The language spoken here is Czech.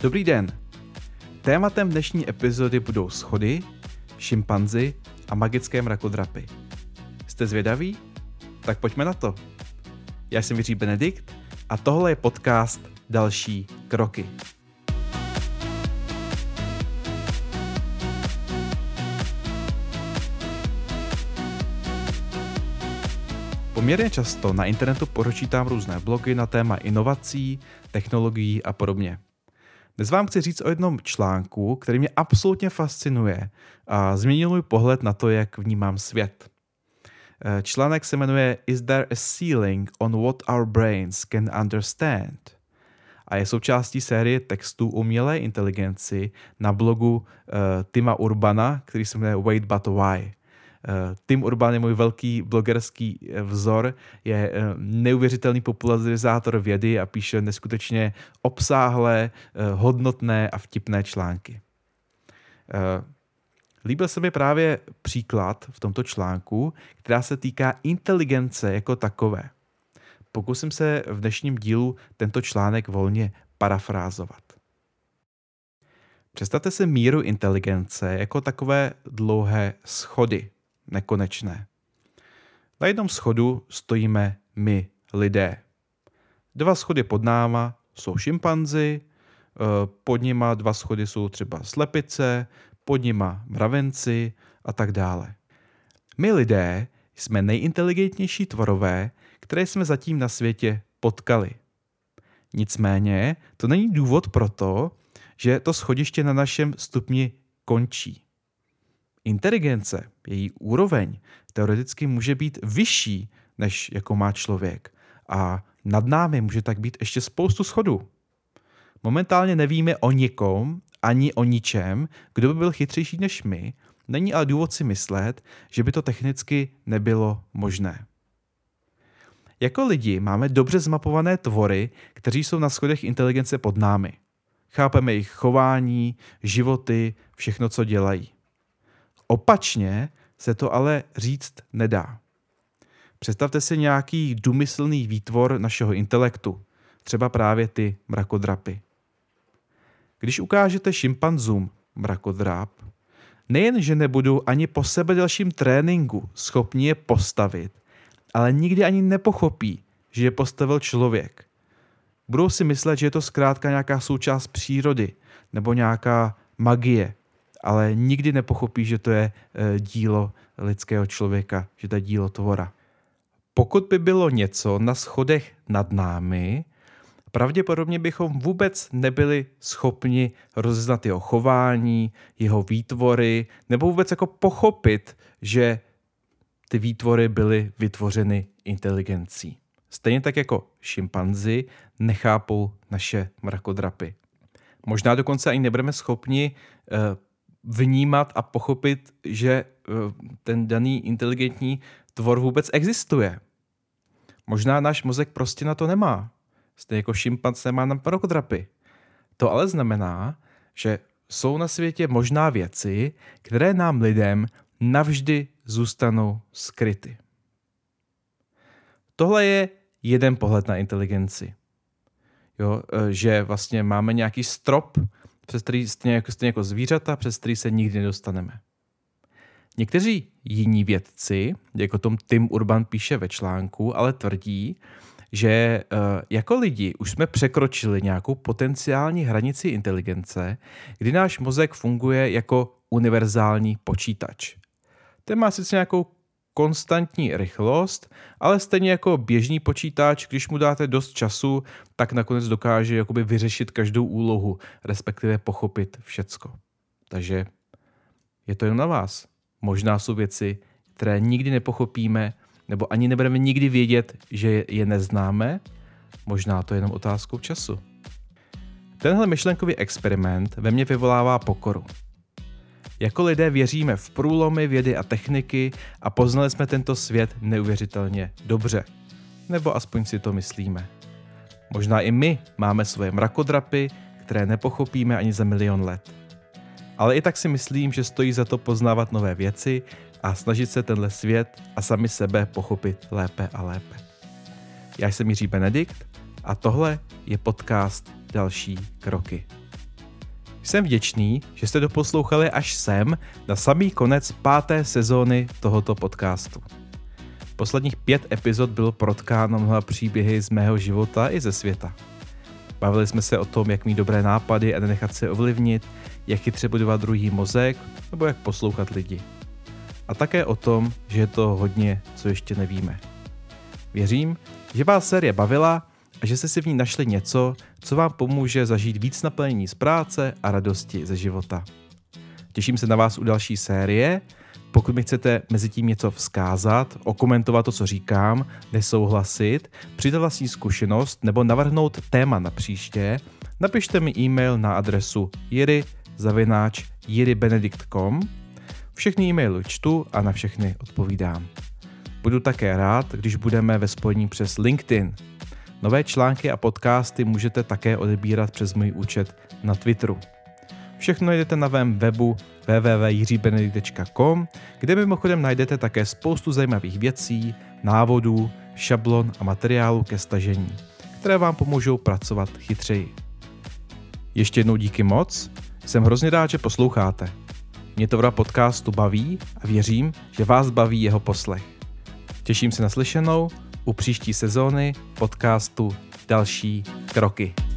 Dobrý den. Tématem dnešní epizody budou schody, šimpanzi a magické mrakodrapy. Jste zvědaví? Tak pojďme na to. Já jsem Jiří Benedikt a tohle je podcast Další kroky. Poměrně často na internetu pročítám různé blogy na téma inovací, technologií a podobně. Dnes vám chci říct o jednom článku, který mě absolutně fascinuje a změnil můj pohled na to, jak vnímám svět. Článek se jmenuje Is there a ceiling on what our brains can understand? A je součástí série textů o umělé inteligenci na blogu Tima Urbana, který se jmenuje Wait But Why. Tim Urban je můj velký blogerský vzor, je neuvěřitelný popularizátor vědy a píše neskutečně obsáhlé, hodnotné a vtipné články. Líbil se mi právě příklad v tomto článku, která se týká inteligence jako takové. Pokusím se v dnešním dílu tento článek volně parafrázovat. Představte si míru inteligence jako takové dlouhé schody, nekonečné. Na jednom schodu stojíme my, lidé. 2 schody pod náma jsou šimpanzi, pod nima 2 schody jsou třeba slepice, pod nima mravenci a tak dále. My lidé jsme nejinteligentnější tvorové, které jsme zatím na světě potkali. Nicméně to není důvod pro to, že to schodiště na našem stupni končí. Inteligence, její úroveň, teoreticky může být vyšší, než jako má člověk. A nad námi může tak být ještě spoustu schodů. Momentálně nevíme o nikom, ani o ničem, kdo by byl chytřejší než my, není ale důvod si myslet, že by to technicky nebylo možné. Jako lidi máme dobře zmapované tvory, kteří jsou na schodech inteligence pod námi. Chápeme jejich chování, životy, všechno, co dělají. Opačně se to ale říct nedá. Představte si nějaký důmyslný výtvor našeho intelektu, třeba právě ty mrakodrapy. Když ukážete šimpanzům mrakodrap, nejen, že nebudou ani po sebedelším tréninku schopni je postavit, ale nikdy ani nepochopí, že je postavil člověk. Budou si myslet, že je to zkrátka nějaká součást přírody nebo nějaká magie, ale nikdy nepochopí, že to je dílo lidského člověka, že to je dílo tvora. Pokud by bylo něco na schodech nad námi, pravděpodobně bychom vůbec nebyli schopni rozeznat jeho chování, jeho výtvory, nebo vůbec jako pochopit, že ty výtvory byly vytvořeny inteligencí. Stejně tak jako šimpanzi nechápou naše mrakodrapy. Možná dokonce ani nebudeme schopni vnímat a pochopit, že ten daný inteligentní tvor vůbec existuje. Možná náš mozek prostě na to nemá. Stejně jako šimpanz nemá na mrakodrapy. To ale znamená, že jsou na světě možná věci, které nám lidem navždy zůstanou skryty. Tohle je jeden pohled na inteligenci. Že vlastně máme nějaký strop, přes který stejně jako zvířata, přes který se nikdy nedostaneme. Někteří jiní vědci, jako tom Tim Urban píše ve článku, ale tvrdí, že jako lidi už jsme překročili nějakou potenciální hranici inteligence, kdy náš mozek funguje jako univerzální počítač. Ten má sice nějakou konstantní rychlost, ale stejně jako běžný počítač, když mu dáte dost času, tak nakonec dokáže jakoby vyřešit každou úlohu, respektive pochopit všecko. Takže je to jen na vás. Možná jsou věci, které nikdy nepochopíme, nebo ani nebudeme nikdy vědět, že je neznáme. Možná to je jenom otázkou času. Tenhle myšlenkový experiment ve mně vyvolává pokoru. Jako lidé věříme v průlomy vědy a techniky a poznali jsme tento svět neuvěřitelně dobře. Nebo aspoň si to myslíme. Možná i my máme svoje mrakodrapy, které nepochopíme ani za 1 000 000 let. Ale i tak si myslím, že stojí za to poznávat nové věci a snažit se tenhle svět a sami sebe pochopit lépe a lépe. Já jsem Jiří Benedikt a tohle je podcast Další kroky. Jsem vděčný, že jste doposlouchali až sem na samý konec 5. sezóny tohoto podcastu. Posledních 5 epizod bylo protkáno mnoha příběhy z mého života i ze světa. Bavili jsme se o tom, jak mít dobré nápady a nenechat se ovlivnit, jak chytře budovat druhý mozek nebo jak poslouchat lidi. A také o tom, že je to hodně, co ještě nevíme. Věřím, že vás série bavila a že jste si v ní našli něco, co vám pomůže zažít víc naplnění z práce a radosti ze života. Těším se na vás u další série. Pokud mi chcete mezi tím něco vzkázat, okomentovat to, co říkám, nesouhlasit, přidat vlastní zkušenost nebo navrhnout téma na příště, napište mi e-mail na adresu jiri@jiribenedikt.com. Všechny e-maily čtu a na všechny odpovídám. Budu také rád, když budeme ve spojení přes LinkedIn. Nové články a podcasty můžete také odebírat přes můj účet na Twitteru. Všechno najdete na mém webu www.jiribenedikt.com, kde mimochodem najdete také spoustu zajímavých věcí, návodů, šablon a materiálů ke stažení, které vám pomůžou pracovat chytřeji. Ještě jednou díky moc, jsem hrozně rád, že posloucháte. Mě tvorba podcastu baví a věřím, že vás baví jeho poslech. Těším se na slyšenou u příští sezóny podcastu Další kroky.